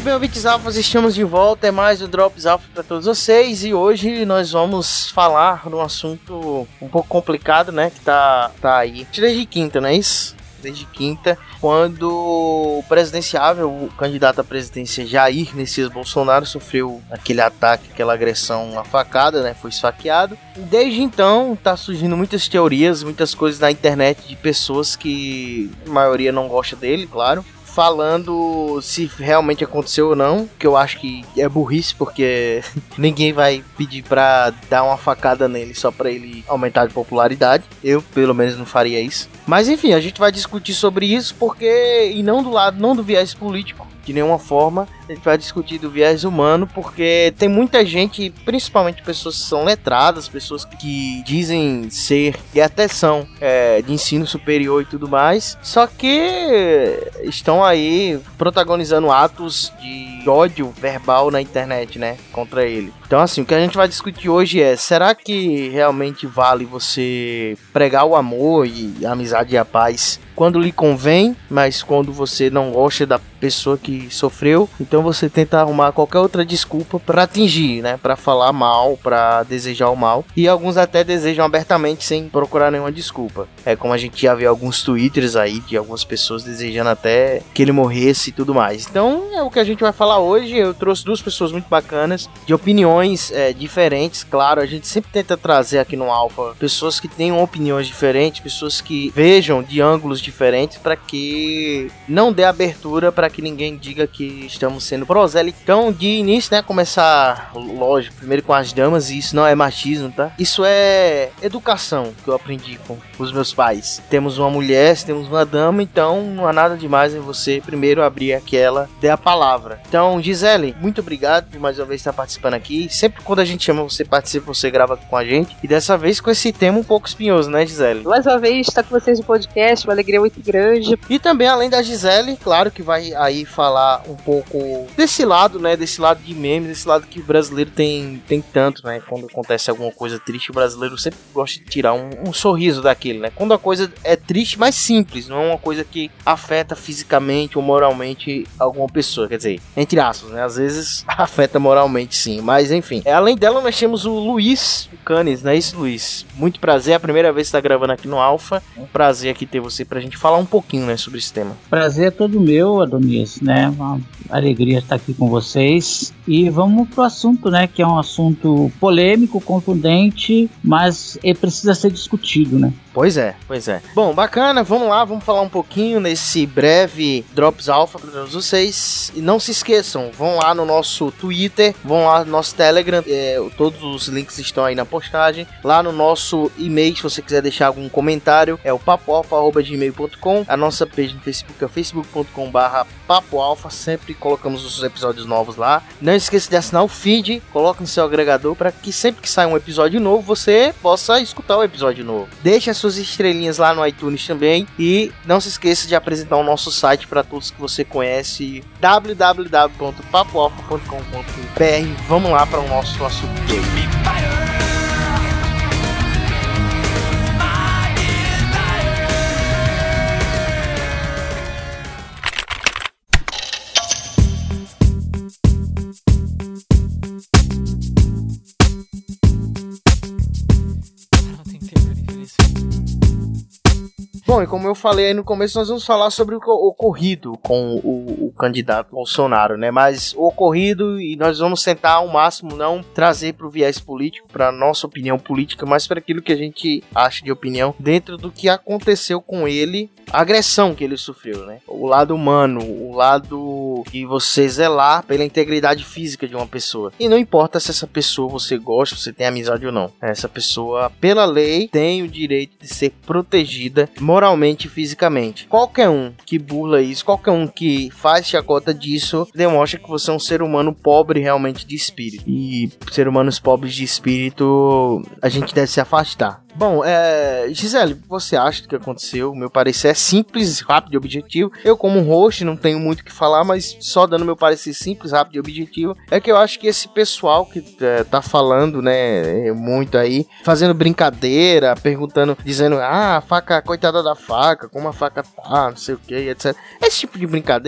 Muito bem, ouvintes alfas, estamos de volta, é mais o Drops Alpha para todos vocês e hoje nós vamos falar de um assunto um pouco complicado, né, que tá aí desde quinta, não é isso? Desde quinta, quando o presidenciável, o candidato à presidência Jair Messias Bolsonaro sofreu aquele ataque, aquela agressão, uma facada, né, foi esfaqueado. Desde então, tá surgindo muitas teorias, muitas coisas na internet de pessoas que a maioria não gosta dele, claro, falando se realmente aconteceu ou não, que eu acho que é burrice, porque ninguém vai pedir pra dar uma facada nele só pra ele aumentar de popularidade. Eu, pelo menos, não faria isso. Mas enfim, a gente vai discutir sobre isso porque, e não do viés político, de nenhuma forma, a gente vai discutir do viés humano, porque tem muita gente, principalmente pessoas que são letradas, pessoas que dizem ser, e até são, de ensino superior e tudo mais, só que estão aí protagonizando atos de ódio verbal na internet, né, contra ele. Então assim, o que a gente vai discutir hoje é, será que realmente vale você pregar o amor e a amizade e a paz quando lhe convém, mas quando você não gosta da pessoa que sofreu, então você tenta arrumar qualquer outra desculpa para atingir, né, para falar mal, para desejar o mal, e alguns até desejam abertamente sem procurar nenhuma desculpa. É como a gente já viu alguns twitters aí de algumas pessoas desejando até que ele morresse e tudo mais. Então é o que a gente vai falar hoje. Eu trouxe duas pessoas muito bacanas, de opiniões diferentes, claro, a gente sempre tenta trazer aqui no Alpha pessoas que tenham opiniões diferentes, pessoas que vejam de ângulos diferentes, para que não dê abertura para que ninguém diga que estamos sendo prosélitos. Então, de início, né, começar, lógico, primeiro com as damas, e isso não é machismo, tá? Isso é educação que eu aprendi com os meus pais. Temos uma mulher, temos uma dama, então não há nada demais em você primeiro abrir aquela, dê a palavra. Então, Gisele, muito obrigado por mais uma vez estar participando aqui. Sempre quando a gente chama você participa, você grava com a gente, e dessa vez com esse tema um pouco espinhoso, né, Gisele? Mais uma vez, estar com vocês no podcast, uma alegria muito grande. E também, além da Gisele, claro que vai aí falar um pouco desse lado, né, desse lado de memes, desse lado que o brasileiro tem tanto, né, quando acontece alguma coisa triste, o brasileiro sempre gosta de tirar um sorriso daquele, né, quando a coisa é triste, mas simples, não é uma coisa que afeta fisicamente ou moralmente alguma pessoa, quer dizer, entre aspas, né, às vezes afeta moralmente sim, mas enfim. Além dela, nós temos o Luiz Canes, não é isso, Luiz? Muito prazer, é a primeira vez que você tá gravando aqui no Alpha, um prazer aqui ter você pra gente falar um pouquinho, né, sobre esse tema. Prazer é todo meu, Adonis, né, uma alegria estar aqui com vocês, e vamos pro assunto, né, que é um assunto polêmico, contundente, mas precisa ser discutido, né. Pois é. Bom, bacana, vamos lá, vamos falar um pouquinho nesse breve Drops Alpha para todos vocês. E não se esqueçam, vão lá no nosso Twitter, vão lá no nosso Telegram, todos os links estão aí na postagem. Lá no nosso e-mail, se você quiser deixar algum comentário, é o papoalfa@gmail.com. A nossa page no Facebook é facebook.com/papoalfa, sempre colocamos os episódios novos lá. Não esqueça de assinar o feed, coloque no seu agregador para que sempre que sair um episódio novo, você possa escutar o episódio novo. Deixe as suas estrelinhas lá no iTunes também, e não se esqueça de apresentar o nosso site para todos que você conhece, www.papoalfa.com.br. Vamos lá para o nosso assunto de hoje. Bom, e como eu falei aí no começo, nós vamos falar sobre o ocorrido com o candidato Bolsonaro, né? Mas o ocorrido, e nós vamos tentar ao máximo não trazer para o viés político, para nossa opinião política, mas para aquilo que a gente acha de opinião dentro do que aconteceu com ele, a agressão que ele sofreu, né? O lado humano, o lado de você zelar pela integridade física de uma pessoa. E não importa se essa pessoa você gosta, você tem amizade ou não. Essa pessoa, pela lei, tem o direito de ser protegida moralmente e fisicamente. Qualquer um que burla isso, qualquer um que faz chacota disso, demonstra que você é um ser humano pobre realmente de espírito. E ser humanos pobres de espírito, a gente deve se afastar. Bom, Gisele, o que você acha do que aconteceu? Meu parecer é simples, rápido e objetivo. Eu, como um host, não tenho muito o que falar, mas só dando meu parecer simples, rápido e objetivo, é que eu acho que esse pessoal que tá falando, né, muito aí, fazendo brincadeira, perguntando, dizendo, a faca, coitada da faca, como a faca tá, não sei o que, etc. Esse tipo de brincadeira,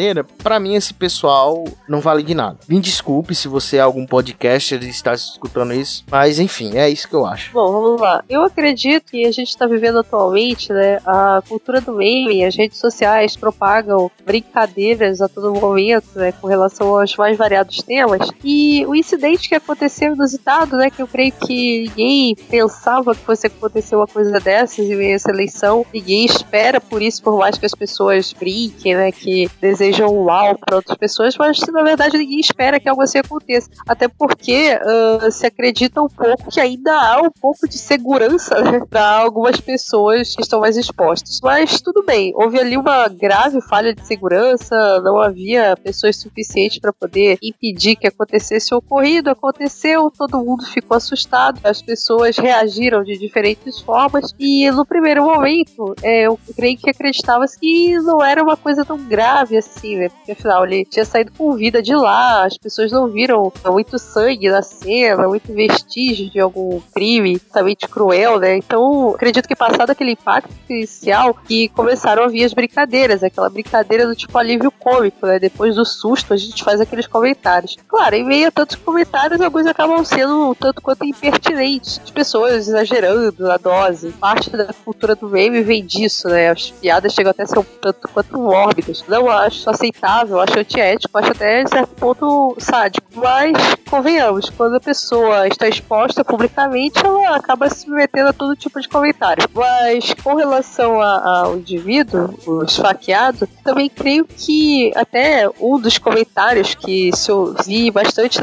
pra mim esse pessoal não vale de nada. Me desculpe se você é algum podcaster e está escutando isso, mas enfim, é isso que eu acho. Bom, vamos lá. Eu acredito que a gente está vivendo atualmente, né, a cultura do meme, as redes sociais propagam brincadeiras a todo momento, né, com relação aos mais variados temas, e o incidente que aconteceu inusitado, né, que eu creio que ninguém pensava que fosse acontecer uma coisa dessas em meio a essa eleição, ninguém espera por isso, por mais que as pessoas brinquem, né, que desejam um uau para outras pessoas, mas na verdade ninguém espera que algo assim aconteça, até porque se acredita um pouco que ainda há um pouco de segurança, né, para algumas pessoas que estão mais expostas. Mas tudo bem, houve ali uma grave falha de segurança, não havia pessoas suficientes para poder impedir que acontecesse o ocorrido, aconteceu, todo mundo ficou assustado, as pessoas reagiram de diferentes formas e no primeiro momento eu creio que acreditava-se que não era uma coisa tão grave assim, né, porque afinal ele tinha saído com vida de lá, as pessoas não viram muito sangue na cena, muito vestígio de algum crime totalmente cruel, né, então acredito que passado aquele impacto inicial que começaram a vir as brincadeiras, aquela brincadeira do tipo alívio cômico, né, depois do susto a gente faz aqueles comentários. Claro, em meio a tantos comentários, alguns acabam sendo um tanto quanto impertinentes, as pessoas exagerando na dose, parte da cultura do meme vem disso, né, as piadas chegam até a ser um tanto quanto mórbidas, não acho aceitável, acho antiético, acho até de certo ponto sádico, mas convenhamos, quando a pessoa está exposta publicamente, ela acaba se metendo a todo tipo de comentário. Mas com relação ao indivíduo, o esfaqueado, também creio que até um dos comentários que eu vi bastante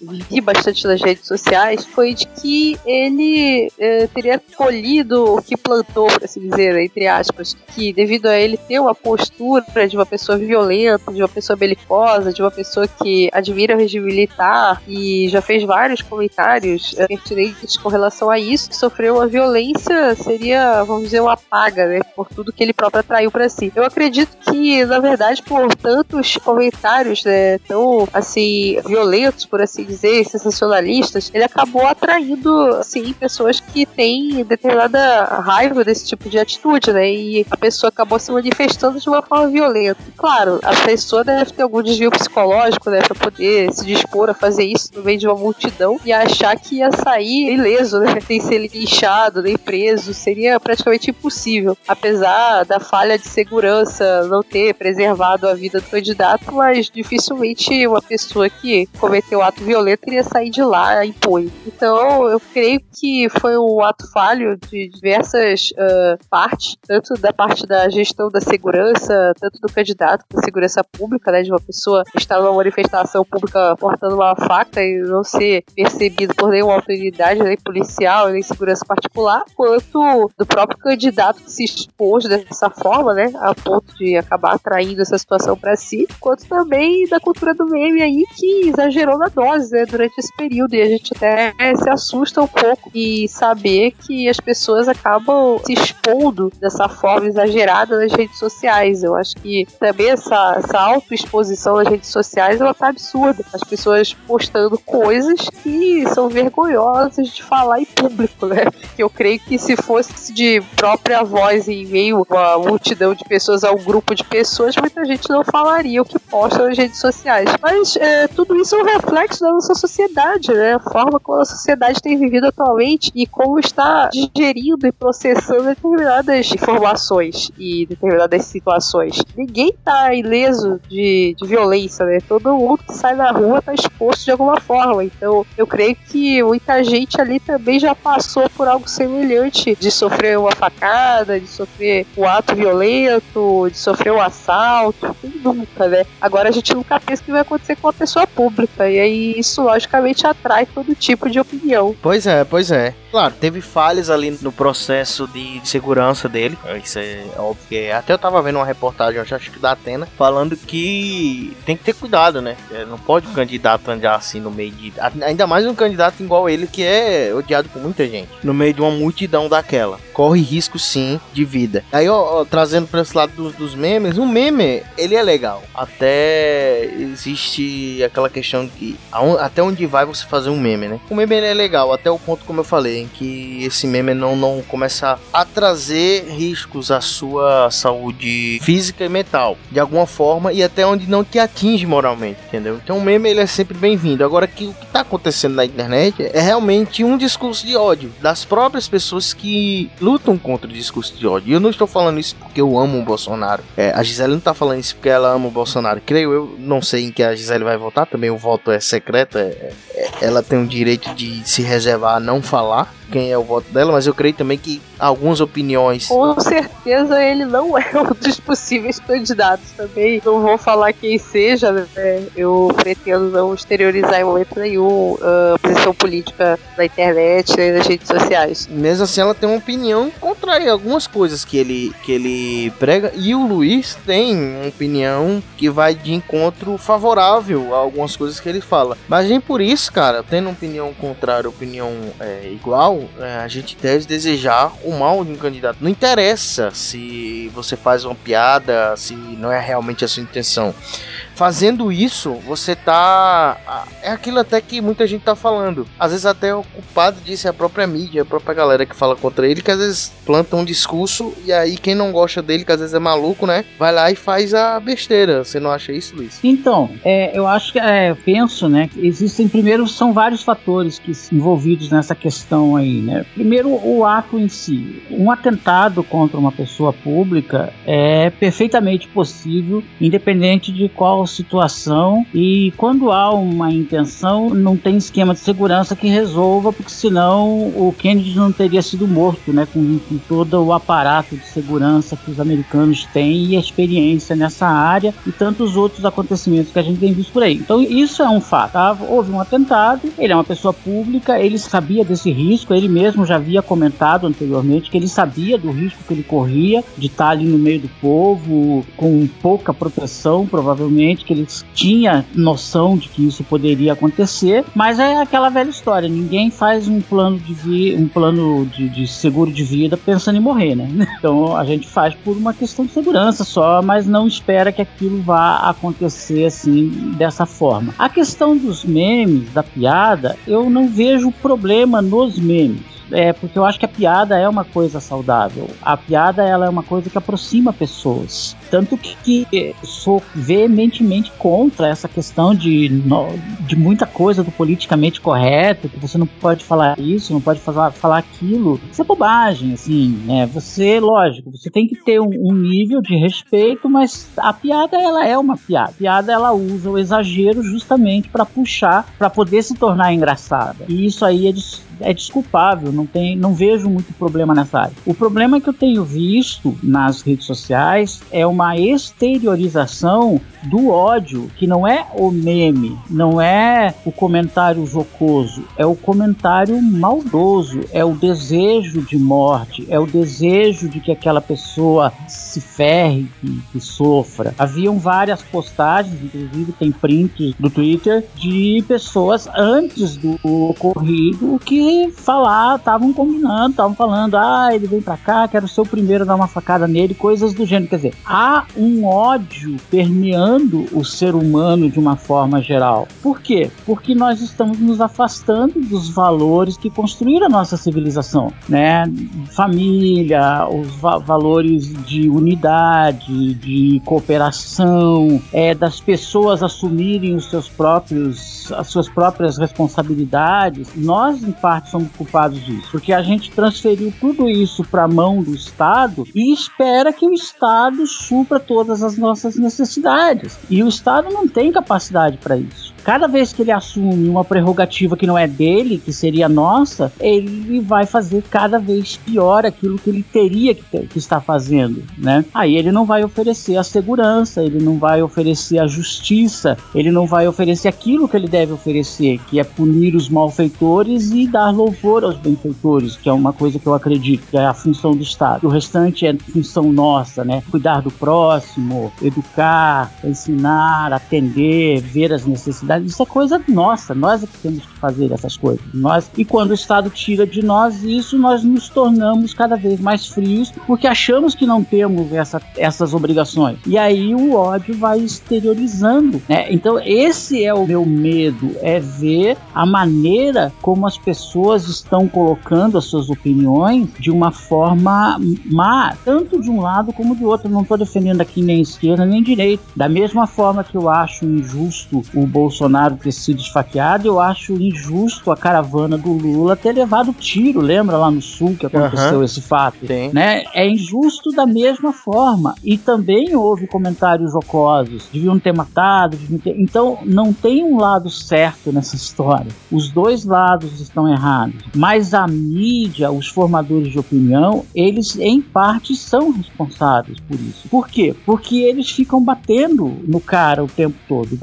nas redes sociais foi de que ele teria colhido o que plantou, por assim dizer, entre aspas, que devido a ele ter uma postura de uma pessoa violenta, de uma pessoa belicosa, de uma pessoa que admira o regime militar e já fez vários comentários pertinentes com relação a isso, sofreu uma violência, seria, vamos dizer, uma paga, né, por tudo que ele próprio atraiu pra si. Eu acredito que, na verdade, por tantos comentários, né, tão, assim, violentos, por assim dizer, sensacionalistas, ele acabou atraindo, assim, pessoas que têm determinada raiva desse tipo de atitude, né, e a pessoa acabou se manifestando de uma forma violenta. Claro, a pessoa deve ter algum desvio psicológico, né, pra poder se dispor a fazer isso no meio de uma multidão e achar que ia sair ileso, né, sem ser linchado, nem preso, seria praticamente impossível, apesar da falha de segurança não ter preservado a vida do candidato, mas dificilmente uma pessoa que cometeu ato violento iria sair de lá impune. Então eu creio que foi um ato falho de diversas partes, tanto da parte da gestão da segurança, tanto do candidato da segurança pública, né, de uma pessoa estar numa manifestação pública portando uma faca e não ser percebido por nenhuma autoridade, nem policial, nem segurança particular, quanto do próprio candidato que se expôs dessa forma, né, a ponto de acabar atraindo essa situação para si, quanto também da cultura do meme aí que exagerou na dose, né, durante esse período, e a gente até se assusta um pouco e saber que as pessoas acabam se expondo dessa forma exagerada nas redes sociais. Eu acho que também essa autoexposição nas redes sociais, ela tá absurda. As pessoas postando coisas que são vergonhosas de falar em público, né? Que eu creio que se fosse de própria voz em meio a uma multidão de pessoas, a um grupo de pessoas, muita gente não falaria o que posta nas redes sociais. Mas tudo isso é um reflexo da nossa sociedade, né? A forma como a sociedade tem vivido atualmente e como está digerindo e processando determinadas informações e determinadas situações. Ninguém tá ileso de violência, né? Todo mundo que sai na rua tá exposto de alguma forma. Então, eu creio que muita gente ali também já passou por algo semelhante, de sofrer uma facada, de sofrer um ato violento, de sofrer um assalto, nunca, né? Agora a gente nunca pensa que vai acontecer com uma pessoa pública, e aí isso logicamente atrai todo tipo de opinião. Pois é. Claro, teve falhas ali no processo de segurança dele, isso é óbvio que é. Até eu tava vendo uma reportagem, acho que da Atena, falando que tem que ter cuidado, né? Não pode um candidato andar assim no meio de... Ainda mais um candidato igual ele, que é odiado por muita gente, no meio de uma multidão daquela. Corre risco, sim, de vida. Aí, trazendo pra esse lado dos memes, um meme, ele é legal. Até existe aquela questão que até onde vai você fazer um meme, né? O meme, ele é legal, até o ponto, como eu falei, em que se esse meme não começar a trazer riscos à sua saúde física e mental, de alguma forma, e até onde não te atinge moralmente, entendeu? Então o meme ele é sempre bem-vindo. Agora, que o que está acontecendo na internet é realmente um discurso de ódio das próprias pessoas que lutam contra o discurso de ódio. E eu não estou falando isso porque eu amo o Bolsonaro. A Gisele não está falando isso porque ela ama o Bolsonaro. Creio eu, não sei em que a Gisele vai votar, também o voto é secreto, ela tem o direito de se reservar a não falar quem é o voto dela, mas eu creio também que algumas opiniões... Com certeza ele não é um dos possíveis candidatos também. Não vou falar quem seja, né? Eu pretendo não exteriorizar em momento nenhum a posição política na internet e nas redes sociais. Mesmo assim, ela tem uma opinião contrária a algumas coisas que ele prega, e o Luiz tem uma opinião que vai de encontro favorável a algumas coisas que ele fala. Mas nem por isso, cara, tendo opinião contrária, opinião igual, a gente deve desejar o mal de um candidato. Não interessa se você faz uma piada, se não é realmente a sua intenção. Fazendo isso, você tá... É aquilo até que muita gente tá falando. Às vezes até o culpado disso é a própria mídia, a própria galera que fala contra ele, que às vezes planta um discurso, e aí quem não gosta dele, que às vezes é maluco, né, vai lá e faz a besteira. Você não acha isso, Luiz? Então, eu acho que, penso, né, que existem, primeiro, são vários fatores envolvidos nessa questão aí, né. Primeiro, o ato em si. Um atentado contra uma pessoa pública é perfeitamente possível, independente de qual situação, e quando há uma intenção, não tem esquema de segurança que resolva, porque senão o Kennedy não teria sido morto, né, com todo o aparato de segurança que os americanos têm e a experiência nessa área e tantos outros acontecimentos que a gente tem visto por aí. Então isso é um fato, tá? Houve um atentado, ele é uma pessoa pública, ele sabia desse risco, ele mesmo já havia comentado anteriormente que ele sabia do risco que ele corria de estar ali no meio do povo, com pouca proteção, provavelmente, que ele tinha noção de que isso poderia acontecer, mas é aquela velha história, ninguém faz um plano de seguro de vida pensando em morrer, né? Então a gente faz por uma questão de segurança só, mas não espera que aquilo vá acontecer assim, dessa forma. A questão dos memes, da piada, eu não vejo problema nos memes. Porque eu acho que a piada é uma coisa saudável. A piada, ela é uma coisa que aproxima pessoas. Tanto que sou veementemente contra essa questão de muita coisa do politicamente correto, que você não pode falar isso, não pode falar aquilo. Isso é bobagem, assim, né? Lógico, você tem que ter um nível de respeito, mas a piada, ela é uma piada. A piada, ela usa o exagero justamente para puxar, para poder se tornar engraçada. E isso aí é desculpável, não vejo muito problema nessa área. O problema que eu tenho visto nas redes sociais é uma exteriorização do ódio, que não é o meme, não é o comentário jocoso, é o comentário maldoso, é o desejo de morte, é o desejo de que aquela pessoa se ferre, que sofra. Haviam várias postagens, inclusive tem prints do Twitter, de pessoas antes do ocorrido que estavam combinando, estavam falando, ele vem pra cá, quero ser o primeiro a dar uma facada nele, coisas do gênero. Quer dizer, há um ódio permeando o ser humano de uma forma geral. Por quê? Porque nós estamos nos afastando dos valores que construíram a nossa civilização, né? Família, os valores de unidade, de cooperação, das pessoas assumirem as suas próprias responsabilidades. Nós, em parte, somos culpados disso, porque a gente transferiu tudo isso para a mão do Estado e espera que o Estado supra todas as nossas necessidades, e o Estado não tem capacidade para isso. Cada vez que ele assume uma prerrogativa que não é dele, que seria nossa, ele vai fazer cada vez pior aquilo que ele teria que estar fazendo, né? Aí ele não vai oferecer a segurança, ele não vai oferecer a justiça, ele não vai oferecer aquilo que ele deve oferecer, que é punir os malfeitores e dar louvor aos benfeitores, que é uma coisa que eu acredito que é a função do Estado. O restante é função nossa, né? Cuidar do próximo, educar, ensinar, atender, ver as necessidades. responsabilidade, isso é coisa nossa, nós é que temos que fazer essas coisas. E quando o Estado tira de nós isso, nós nos tornamos cada vez mais frios, porque achamos que não temos essas obrigações. E aí o ódio vai exteriorizando, né? Então esse é o meu medo, é ver a maneira como as pessoas estão colocando as suas opiniões de uma forma má, tanto de um lado como do outro. Eu não estou defendendo aqui nem esquerda nem direita. Da mesma forma que eu acho injusto o Bolsonaro ter sido esfaqueado, eu acho injusto a caravana do Lula ter levado tiro. Lembra lá no Sul que aconteceu esse fato? Né? É injusto da mesma forma. E também houve comentários jocosos. Deviam ter matado. Então não tem um lado certo nessa história. Os dois lados estão errados. Mas a mídia, os formadores de opinião, eles em parte são responsáveis por isso. Por quê? Porque eles ficam batendo no cara o tempo todo.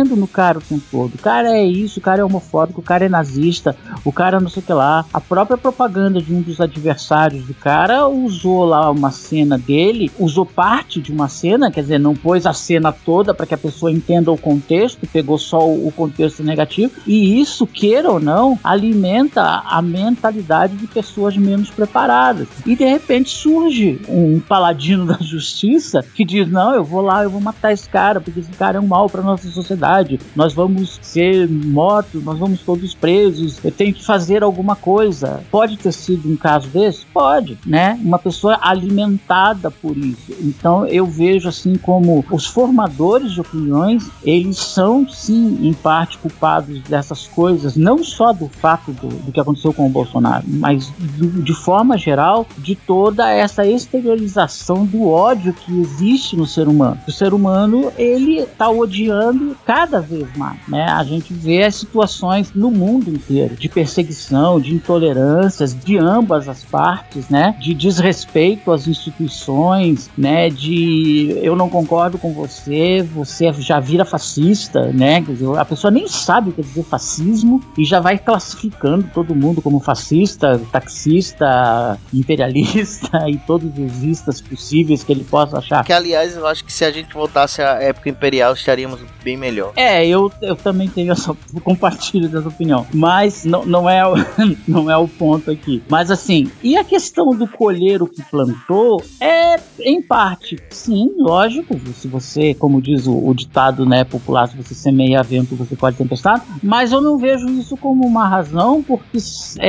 O cara é isso, o cara é homofóbico, o cara é nazista, o cara não sei o que lá. A própria propaganda de um dos adversários do cara usou lá uma cena dele, usou parte de uma cena, quer dizer, não pôs a cena toda para que a pessoa entenda o contexto, pegou só o contexto negativo, e isso, queira ou não, alimenta a mentalidade de pessoas menos preparadas. E de repente surge um paladino da justiça que diz, não, eu vou lá, eu vou matar esse cara, porque esse cara é um mal para nossa sociedade, nós vamos ser mortos, nós vamos todos presos, eu tenho que fazer alguma coisa. Pode ter sido um caso desse? Pode, né? Uma pessoa alimentada por isso. Então eu vejo assim como os formadores de opiniões, eles são sim em parte culpados dessas coisas, não só do fato do que aconteceu com o Bolsonaro, mas de forma geral, de toda essa exteriorização do ódio que existe no ser humano. O ser humano, ele está odiando cada vez mais, né? A gente vê as situações no mundo inteiro, de perseguição, de intolerâncias, de ambas as partes, né? De desrespeito às instituições, né? De eu não concordo com você, você já vira fascista, né? Quer dizer, a pessoa nem sabe o que quer dizer fascismo e já vai classificando todo mundo como fascista, taxista, imperialista e todos os istas possíveis que ele possa achar. Que, aliás, eu acho que se a gente voltasse à época imperial, estaríamos bem melhor. Eu também tenho compartilho dessa opinião, mas não é o ponto aqui. Mas assim, e a questão do colher o que plantou é, em parte, sim, lógico, se você, como diz o ditado, né, popular, se você semeia vento, você colhe tempestade, mas eu não vejo isso como uma razão, porque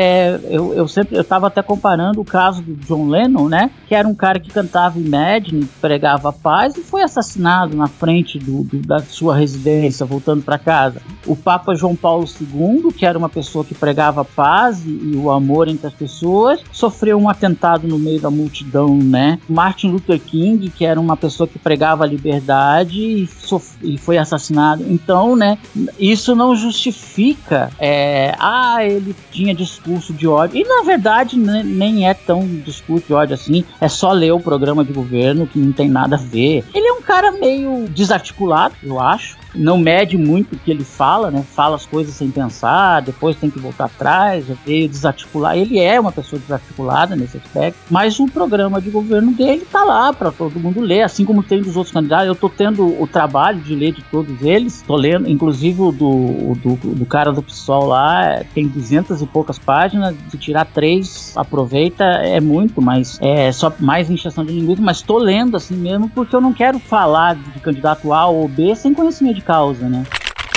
eu estava até comparando o caso do John Lennon, né, que era um cara que cantava Imagine, que pregava a paz e foi assassinado na frente da sua residência, voltando para casa. O Papa João Paulo II, que era uma pessoa que pregava a paz e o amor entre as pessoas, sofreu um atentado no meio da multidão, né? Martin Luther King, que era uma pessoa que pregava a liberdade e foi assassinado. Então, né, isso não justifica ele tinha discurso de ódio, e na verdade nem é tão discurso de ódio assim, é só ler o programa de governo que não tem nada a ver. Ele é um cara meio desarticulado, eu acho. Não mede muito o que ele fala, né? Fala as coisas sem pensar, depois tem que voltar atrás, veio desarticular. Ele é uma pessoa desarticulada nesse aspecto, mas o programa de governo dele tá lá para todo mundo ler, assim como tem dos outros candidatos. Eu tô tendo o trabalho de ler de todos eles, tô lendo, inclusive o do cara do PSOL lá, tem 200 e poucas páginas, se tirar 3, aproveita, é muito, mas é só mais injeção de linguiça, mas tô lendo assim mesmo, porque eu não quero falar de candidato A ou B sem conhecimento de causa, né?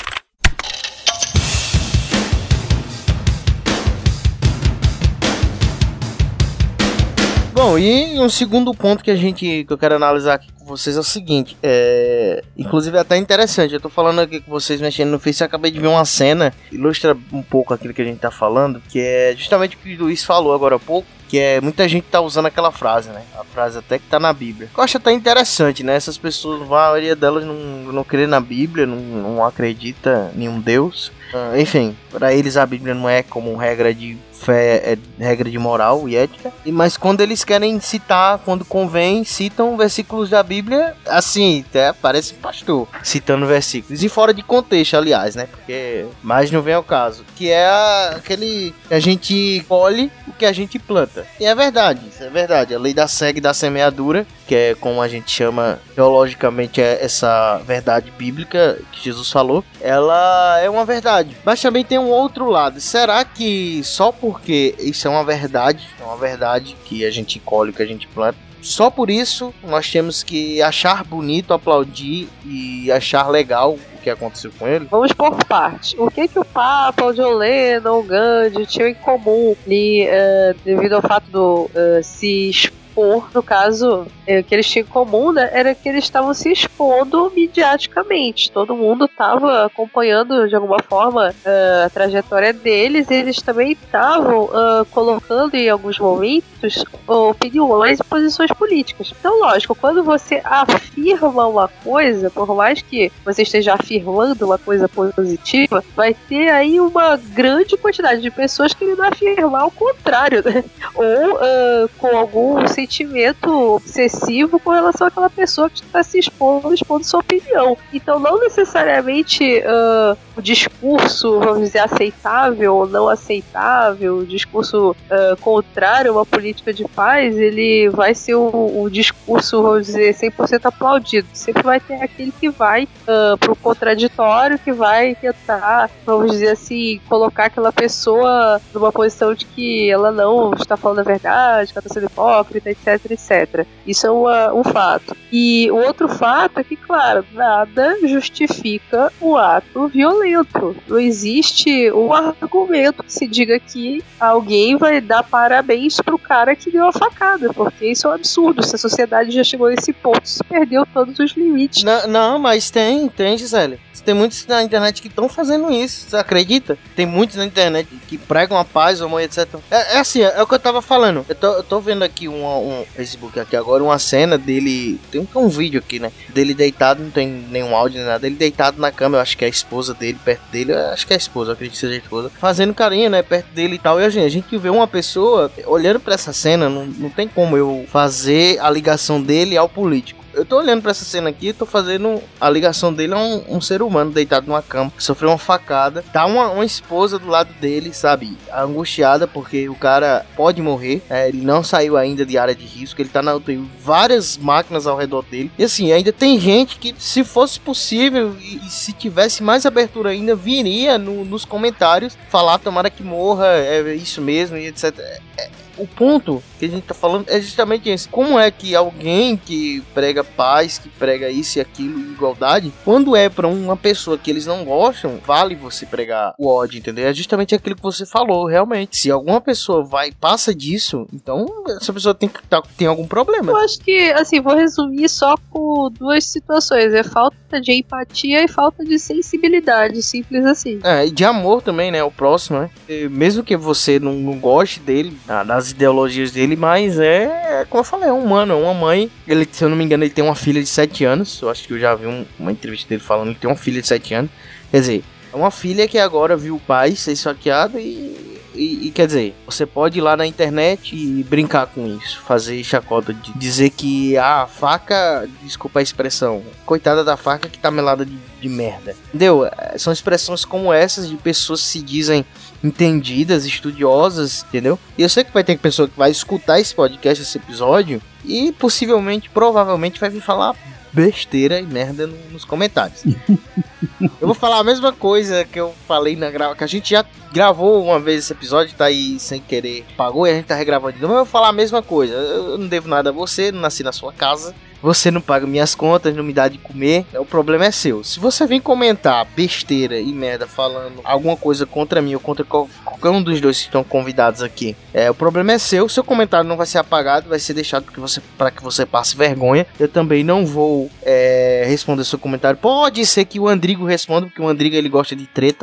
Bom, e um segundo ponto que eu quero analisar aqui com vocês é o seguinte, inclusive é até interessante, eu tô falando aqui com vocês mexendo no Face, eu acabei de ver uma cena, ilustra um pouco aquilo que a gente tá falando, que é justamente o que o Luiz falou agora há pouco, que é, muita gente tá usando aquela frase, né? A frase até que tá na Bíblia. Eu acho até interessante, né? Essas pessoas, a maioria delas não crê na Bíblia, não acredita em um Deus. Enfim, para eles a Bíblia não é como regra de fé, é regra de moral e ética. Mas quando eles querem citar, quando convém, citam versículos da Bíblia Bíblia, assim, até parece pastor, citando versículos. E fora de contexto, aliás, né? Porque mais não vem ao caso. Que é aquele que a gente colhe o que a gente planta. E é verdade, isso é verdade. A lei da segue e da semeadura, que é como a gente chama teologicamente essa verdade bíblica que Jesus falou, ela é uma verdade. Mas também tem um outro lado. Será que só porque isso é uma verdade que a gente colhe o que a gente planta, só por isso nós temos que achar bonito, aplaudir e achar legal o que aconteceu com ele? Vamos por partes. O que o Papa, o John Lennon, o Gandhi tinham em comum ali, devido ao fato do se expor, no caso, que eles tinham em comum, né, era que eles estavam se expondo midiaticamente. Todo mundo estava acompanhando de alguma forma a trajetória deles, e eles também estavam colocando em alguns momentos opiniões e posições políticas. Então, lógico, quando você afirma uma coisa, por mais que você esteja afirmando uma coisa positiva, vai ter aí uma grande quantidade de pessoas querendo afirmar o contrário, né? Ou com algum sentimento obsessivo com relação àquela pessoa que está se expondo sua opinião. Então, não necessariamente o discurso, vamos dizer, aceitável ou não aceitável, o discurso contrário a uma política de paz, ele vai ser o discurso, vamos dizer, 100% aplaudido. Sempre vai ter aquele que vai pro contraditório, que vai tentar, vamos dizer assim, colocar aquela pessoa numa posição de que ela não está falando a verdade, que ela está sendo hipócrita, etc, etc. Isso é um fato. E o outro fato é que, claro, nada justifica o ato violento. Não existe um argumento que se diga que alguém vai dar parabéns pro cara que deu a facada, porque isso é um absurdo. Se a sociedade já chegou nesse ponto, se perdeu todos os limites. Não, mas tem, Gisele. Tem muitos na internet que estão fazendo isso, você acredita? Tem muitos na internet que pregam a paz, o amor, etc. É assim, é o que eu tava falando. Eu tô vendo aqui um Facebook aqui agora, uma cena dele. Tem um vídeo aqui, né? Dele deitado, não tem nenhum áudio nem nada. Ele deitado na cama, eu acho que é a esposa dele perto dele. Eu acho que é a esposa, eu acredito que seja a esposa. Fazendo carinho, né? Perto dele e tal. E a gente vê uma pessoa olhando pra essa cena, não tem como eu fazer a ligação dele ao político. Eu tô olhando pra essa cena aqui e tô fazendo a ligação dele a um ser humano deitado numa cama, sofreu uma facada, tá uma esposa do lado dele, sabe, angustiada porque o cara pode morrer, ele não saiu ainda de área de risco, ele tá na UTI, várias máquinas ao redor dele, e assim, ainda tem gente que, se fosse possível e se tivesse mais abertura ainda, viria nos comentários falar, tomara que morra, é isso mesmo, e etc. O ponto que a gente tá falando é justamente esse. Como é que alguém que prega paz, que prega isso e aquilo, igualdade, quando é pra uma pessoa que eles não gostam, vale você pregar o ódio, entendeu? É justamente aquilo que você falou, realmente. Se alguma pessoa passa disso, então essa pessoa tem algum problema. Eu acho que, assim, vou resumir só com duas situações. É falta de empatia e falta de sensibilidade, simples assim. E de amor também, né? O próximo, né? Mesmo que você não goste dele, das ideologias dele, mas como eu falei, é um humano, é uma mãe. Ele, se eu não me engano, ele tem uma filha de 7 anos. Eu acho que eu já vi uma entrevista dele falando que ele tem uma filha de 7 anos. Quer dizer, é uma filha que agora viu o pai ser esfaqueado e quer dizer, você pode ir lá na internet e brincar com isso, fazer chacota, de dizer que a faca, desculpa a expressão, coitada da faca que tá melada de merda, entendeu? São expressões como essas de pessoas que se dizem entendidas, estudiosas, entendeu? E eu sei que vai ter pessoa que vai escutar esse podcast, esse episódio, e provavelmente vai vir falar besteira e merda nos comentários. Eu vou falar a mesma coisa que eu falei que a gente já gravou uma vez esse episódio, tá aí sem querer, pagou e a gente tá regravando de novo. Mas eu vou falar a mesma coisa. Eu não devo nada a você, não nasci na sua casa. Você não paga minhas contas, não me dá de comer. O problema é seu. Se você vem comentar besteira e merda falando alguma coisa contra mim ou contra qualquer um dos dois que estão convidados aqui, o problema é seu. Seu comentário não vai ser apagado, vai ser deixado para que você passe vergonha. Eu também não vou responder seu comentário. Pode ser que o Andrigo responda, porque o Andrigo ele gosta de treta.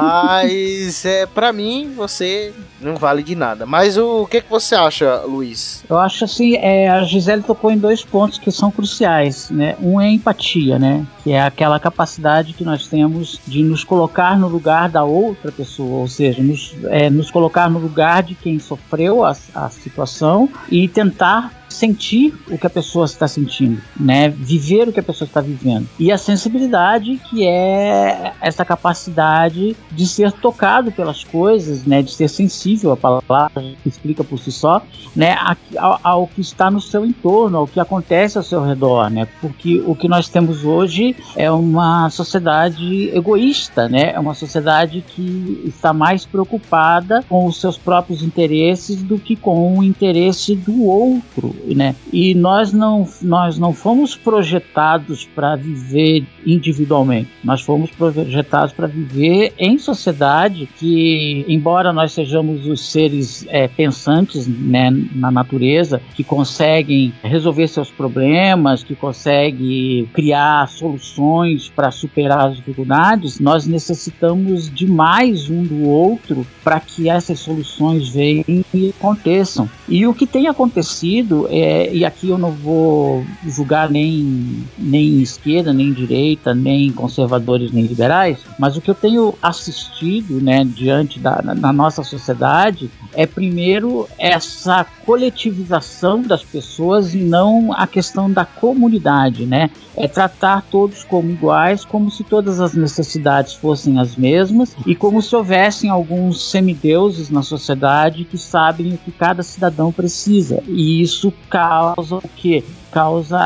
Mas pra mim você não vale de nada. Mas o que você acha, Luiz? Eu acho assim, a Gisele tocou em 2 pontos que são cruciais, né? Um é a empatia, né? Que é aquela capacidade que nós temos de nos colocar no lugar da outra pessoa, ou seja, nos colocar no lugar de quem sofreu a situação e tentar sentir o que a pessoa está sentindo, né? Viver o que a pessoa está vivendo. E a sensibilidade, que é essa capacidade de ser tocado pelas coisas, né? De ser sensível, a palavra que explica por si só, né? Ao que está no seu entorno, ao que acontece ao seu redor, né? Porque o que nós temos hoje é uma sociedade egoísta, né? É uma sociedade que está mais preocupada com os seus próprios interesses do que com o interesse do outro, né? E nós não fomos projetados para viver individualmente. Nós fomos projetados para viver em sociedade, que, embora nós sejamos os seres pensantes, né, na natureza, que conseguem resolver seus problemas, que conseguem criar soluções para superar as dificuldades, nós necessitamos demais um do outro para que essas soluções venham e aconteçam. E o que tem acontecido, e aqui eu não vou julgar nem esquerda, nem direita, nem conservadores, nem liberais, mas o que eu tenho assistido, né, diante na nossa sociedade é, primeiro, essa coletivização das pessoas e não a questão da comunidade, né? É tratar todos como iguais, como se todas as necessidades fossem as mesmas e como se houvessem alguns semideuses na sociedade que sabem o que cada cidadão precisa. E isso causa o quê? Causa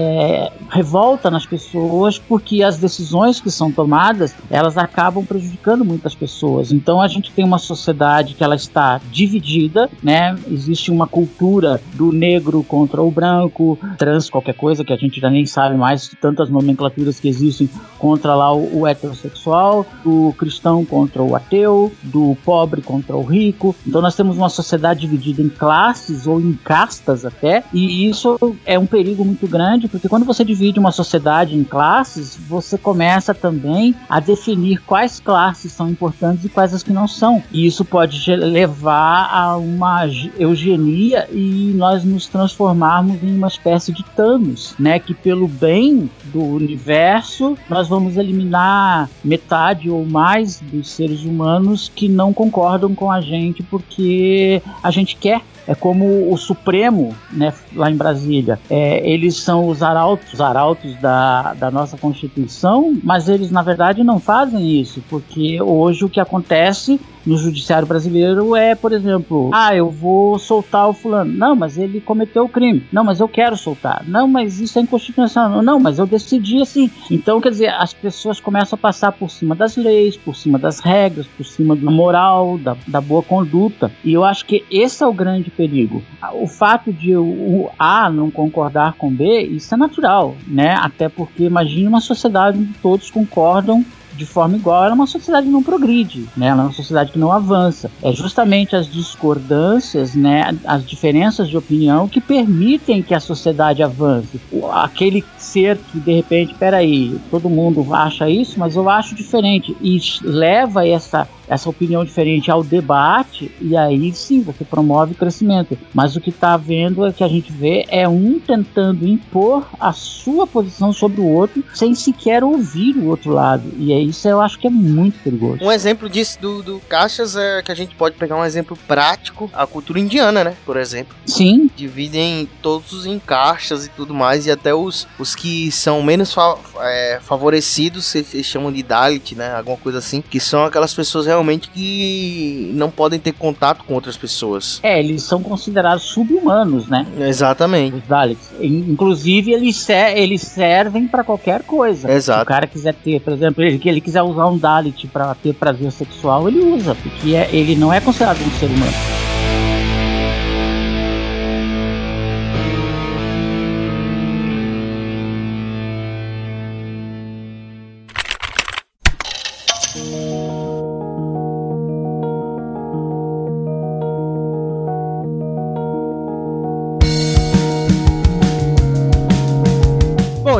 revolta nas pessoas, porque as decisões que são tomadas, elas acabam prejudicando muitas pessoas. Então a gente tem uma sociedade que ela está dividida, né? Existe uma cultura do negro contra o branco, trans, qualquer coisa que a gente já nem sabe mais, tantas nomenclaturas que existem, contra lá o heterossexual, do cristão contra o ateu, do pobre contra o rico. Então nós temos uma sociedade dividida em classes ou em castas até, e isso é um perigo muito grande, porque quando você divide uma sociedade em classes, você começa também a definir quais classes são importantes e quais as que não são. E isso pode levar a uma eugenia e nós nos transformarmos em uma espécie de Thanos, né? Que pelo bem do universo, nós vamos eliminar metade ou mais dos seres humanos que não concordam com a gente porque a gente quer. É como o Supremo, né, lá em Brasília. Eles são os arautos da nossa Constituição, mas eles, na verdade, não fazem isso, porque hoje o que acontece no judiciário brasileiro é, por exemplo, eu vou soltar o fulano. Não, mas ele cometeu o crime. Não, mas eu quero soltar. Não, mas isso é inconstitucional. Não, mas eu decidi assim. Então, quer dizer, as pessoas começam a passar por cima das leis, por cima das regras, por cima da moral, da boa conduta. E eu acho que esse é o grande perigo. O fato de o A não concordar com B, isso é natural, né? Até porque imagine uma sociedade onde todos concordam de forma igual. Ela é uma sociedade que não progride, né? Ela é uma sociedade que não avança. É justamente as discordâncias, né, as diferenças de opinião que permitem que a sociedade avance. Aquele ser que de repente, peraí, todo mundo acha isso, mas eu acho diferente, e leva essa opinião diferente ao debate, e aí sim você promove o crescimento. Mas o que está havendo, que a gente vê, é um tentando impor a sua posição sobre o outro sem sequer ouvir o outro lado, e isso eu acho que é muito perigoso. Um exemplo disso do Caixas é que a gente pode pegar um exemplo prático, a cultura indiana, né, por exemplo. Sim. Dividem todos em caixas e tudo mais, e até os que são menos favorecidos, eles chamam de Dalit, né, alguma coisa assim, que são aquelas pessoas realmente que não podem ter contato com outras pessoas. Eles são considerados sub-humanos, né? Exatamente. Os Dalits. Inclusive, eles servem para qualquer coisa. Exato. Se o cara quiser ter, por exemplo, ele quiser usar um Dalit para ter prazer sexual, ele usa, porque ele não é considerado um ser humano.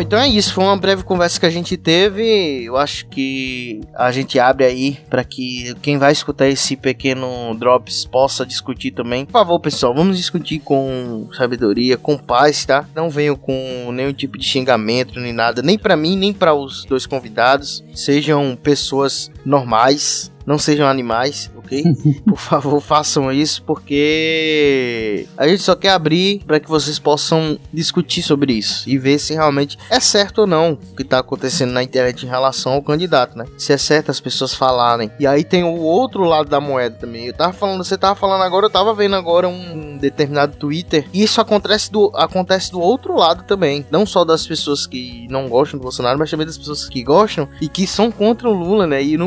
Bom, então é isso, foi uma breve conversa que a gente teve. Eu acho que a gente abre aí para que quem vai escutar esse pequeno Drops possa discutir também. Por favor, pessoal, vamos discutir com sabedoria, com paz, tá? Não venham com nenhum tipo de xingamento nem nada, nem para mim, nem para os dois convidados. Sejam pessoas normais, não sejam animais, ok? Por favor, façam isso, porque a gente só quer abrir para que vocês possam discutir sobre isso e ver se realmente é certo ou não o que tá acontecendo na internet em relação ao candidato, né? Se é certo as pessoas falarem. E aí tem o outro lado da moeda também. Você tava falando agora, eu tava vendo agora um determinado Twitter, e isso acontece do outro lado também. Não só das pessoas que não gostam do Bolsonaro, mas também das pessoas que gostam e que são contra o Lula, né? E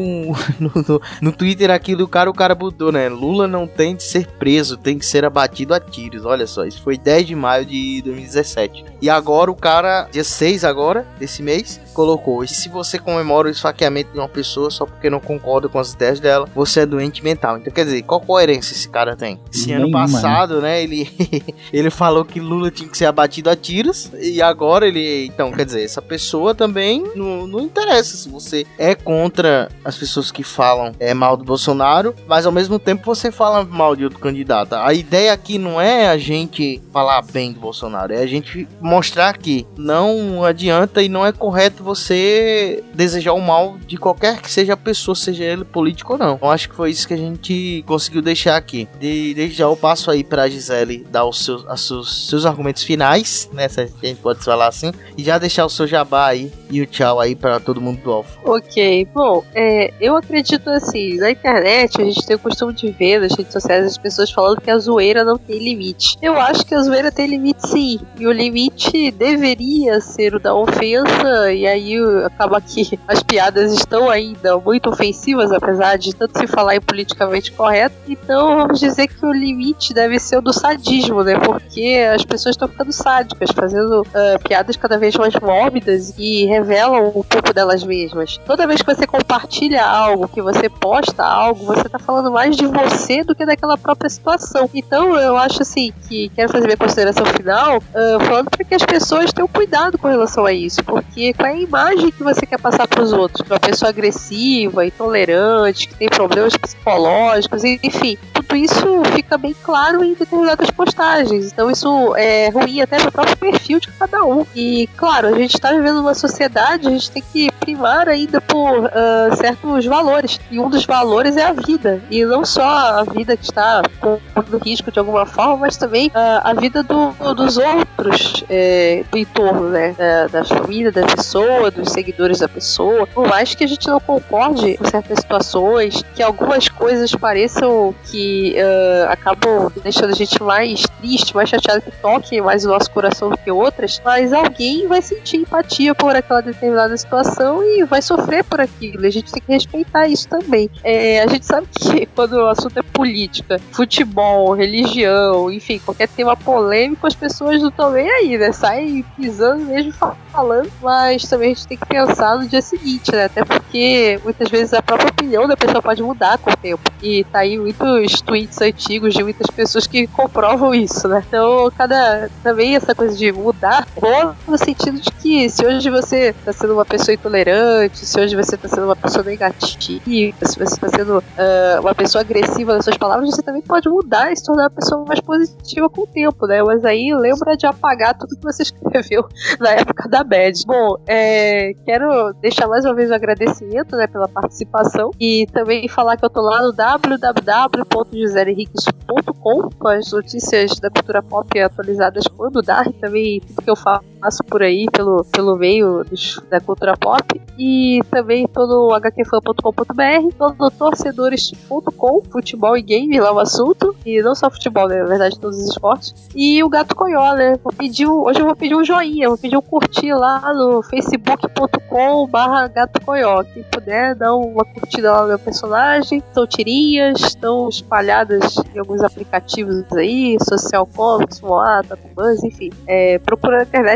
no Twitter aqui do cara, o cara botou, né? Lula não tem de ser preso, tem que ser abatido a tiros. Olha só, isso foi 10 de maio de 2017. E agora o cara, dia 6 agora, desse mês, colocou: e se você comemora o esfaqueamento de uma pessoa só porque não concorda com as ideias dela, você é doente mental. Então quer dizer, qual coerência esse cara tem? Esse ano passado, né, ele falou que Lula tinha que ser abatido a tiros, e agora então, quer dizer, essa pessoa também não interessa se você é contra as pessoas que falam mal do Bolsonaro, mas ao mesmo tempo você fala mal de outro candidato. A ideia aqui não é a gente falar bem do Bolsonaro, é a gente mostrar que não adianta e não é correto você desejar o mal de qualquer que seja a pessoa, seja ele político ou não. Eu acho que foi isso que a gente conseguiu deixar aqui. Desde já eu passo aí pra Gisele dar os seus argumentos finais, né, se a gente pode falar assim, e já deixar o seu jabá aí e o tchau aí pra todo mundo do Alfa. Ok, bom, eu acredito assim, na internet a gente tem o costume de ver nas redes sociais as pessoas falando que a zoeira não tem limite. Eu acho que a zoeira tem limite sim, e o limite deveria ser o da ofensa, e aí acaba que as piadas estão ainda muito ofensivas, apesar de tanto se falar em politicamente correto. Então vamos dizer que o limite deve ser o do sadismo, né, porque as pessoas estão ficando sádicas, fazendo piadas cada vez mais mórbidas e revelam um pouco delas mesmas. Toda vez que você compartilha algo, que você posta algo, você tá falando mais de você do que daquela própria situação. Então eu acho assim, que quero fazer minha consideração final falando para que as pessoas tenham cuidado com relação a isso, porque qual é a imagem que você quer passar para os outros? Uma pessoa agressiva, intolerante, que tem problemas psicológicos, enfim, tudo isso fica bem claro em determinadas postagens. Então isso é ruim até no próprio perfil de cada um. E claro, a gente está vivendo numa sociedade, a gente tem que primar ainda por certos valores, e um dos valores é a vida, e não só a vida que está correndo risco de alguma forma, mas também a vida dos outros do entorno, né, da família da pessoa, dos seguidores da pessoa. Por mais que a gente não concorde com certas situações, que algumas coisas pareçam que acabam deixando a gente mais triste, mais chateado, que toquem mais o nosso coração do que outras, mas alguém vai sentir empatia por aquela determinada situação e vai sofrer por aquilo, e a gente tem que respeitar isso também. A gente sabe que quando o assunto é política, futebol, religião, enfim, qualquer tema polêmico, as pessoas não estão nem aí, né? Saem pisando mesmo, falando, mas também a gente tem que pensar no dia seguinte, né? Até porque muitas vezes a própria opinião da pessoa pode mudar com o tempo. E tá aí muitos tweets antigos de muitas pessoas que comprovam isso, né? Então, também essa coisa de mudar, bom, no sentido de que se hoje você tá sendo uma pessoa intolerante, se hoje você tá sendo uma pessoa negativa, se você tá sendo uma pessoa agressiva nas suas palavras, você também pode mudar e se tornar uma pessoa mais positiva com o tempo, né? Mas aí lembra de apagar tudo que você escreveu na época da bad. Bom, quero deixar mais uma vez um agradecimento, né, pela participação, e também falar que eu tô lá no www.josehenriques.com com as notícias da cultura pop atualizadas quando dá, e também tudo que eu faço por aí pelo meio da cultura pop. E também tô no hqfan.com.br, tô no torcedores.com, futebol e game, lá o assunto, e não só futebol, né, na verdade todos os esportes. E o Gato Coió, né, hoje eu vou pedir um joinha, vou pedir um curtir lá no facebook.com/Gato Coió. Quem puder, dá uma curtida lá no meu personagem. São tirinhas, estão espalhadas em alguns aplicativos aí, Social Comics, Moata, Buzz, enfim. Procura na internet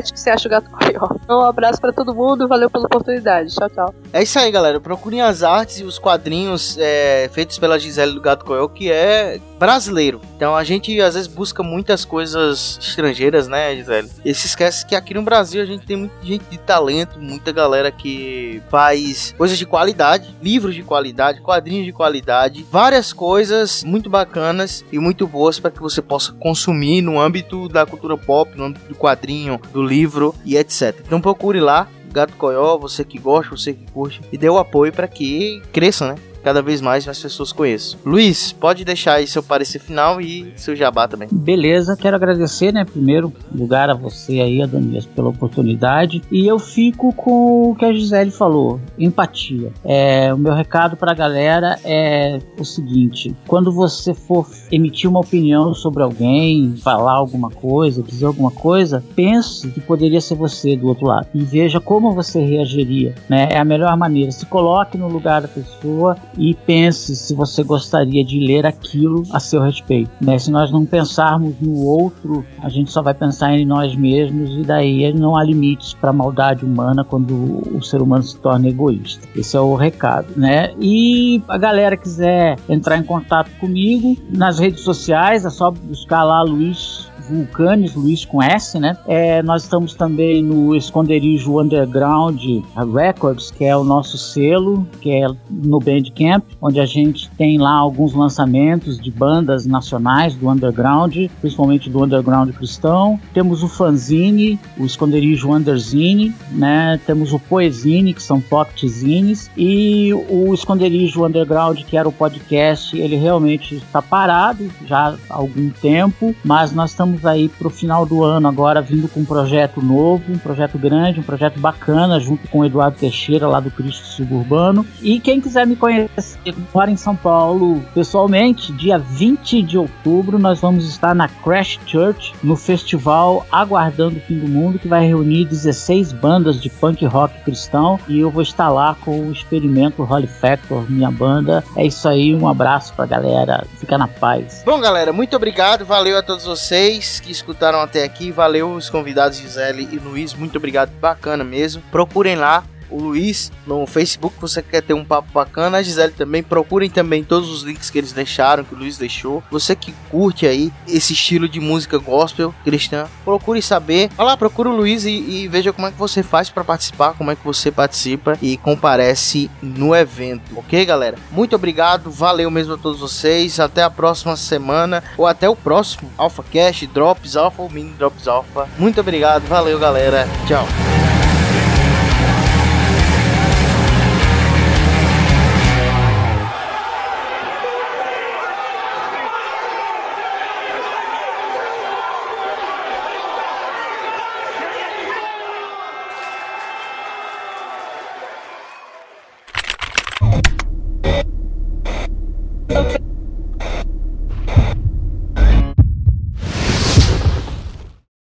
que você acha o Gato Coió. Então, um abraço pra todo mundo, valeu pela oportunidade. Tchau, tchau. É isso aí, galera. Procurem as artes e os quadrinhos feitos pela Gisele do Gato Coió, que é brasileiro. Então a gente às vezes busca muitas coisas estrangeiras, né, Gisele? E se esquece que aqui no Brasil a gente tem muita gente de talento, muita galera que faz coisas de qualidade, livros de qualidade, quadrinhos de qualidade, várias coisas muito bacanas e muito boas para que você possa consumir no âmbito da cultura pop, no âmbito do quadrinho, do livro e etc. Então procure lá, Gato Coió, você que gosta, você que curte, e dê o apoio para que cresça, né? Cada vez mais as pessoas conheçam. Luiz, pode deixar aí seu parecer final e seu jabá também. Beleza, quero agradecer, né, primeiro lugar a você aí, Adonias, pela oportunidade. E eu fico com o que a Gisele falou, empatia. O meu recado pra galera é o seguinte: quando você for emitir uma opinião sobre alguém, falar alguma coisa, dizer alguma coisa, pense que poderia ser você do outro lado e veja como você reagiria, né? É a melhor maneira. Se coloque no lugar da pessoa e pense se você gostaria de ler aquilo a seu respeito, né? Se nós não pensarmos no outro, a gente só vai pensar em nós mesmos, e daí não há limites para a maldade humana quando o ser humano se torna egoísta. Esse é o recado, né? E a galera quiser entrar em contato comigo nas redes sociais, é só buscar lá Luiz Vulcanes, Luiz com S, né? Nós estamos também no Esconderijo Underground Records, que é o nosso selo, que é no Bandcamp, onde a gente tem lá alguns lançamentos de bandas nacionais do underground, principalmente do underground cristão. Temos o fanzine, o Esconderijo Underzine, né? Temos o Poezine, que são pocktzines, e o Esconderijo Underground, que era o podcast, ele realmente está parado já há algum tempo, mas nós estamos aí pro final do ano agora vindo com um projeto novo, um projeto grande, um projeto bacana, junto com o Eduardo Teixeira lá do Cristo Suburbano. E quem quiser me conhecer, mora em São Paulo pessoalmente, dia 20 de outubro nós vamos estar na Crash Church, no festival Aguardando o Fim do Mundo, que vai reunir 16 bandas de punk rock cristão, e eu vou estar lá com o Experimento Holy Factor, minha banda. É isso aí, um abraço pra galera, fica na paz. Bom, galera, muito obrigado, valeu a todos vocês que escutaram até aqui, valeu os convidados Gisele e Luiz, muito obrigado, bacana mesmo. Procurem lá o Luiz no Facebook, você quer ter um papo bacana, a Gisele também, procurem também todos os links que eles deixaram, que o Luiz deixou. Você que curte aí esse estilo de música gospel cristã, procure saber, vai lá, procura o Luiz e veja como é que você faz para participar, como é que você participa e comparece no evento, ok, galera? Muito obrigado, valeu mesmo a todos vocês, até a próxima semana, ou até o próximo AlphaCast, Drops Alpha ou Mini Drops Alpha. Muito obrigado, valeu galera, tchau.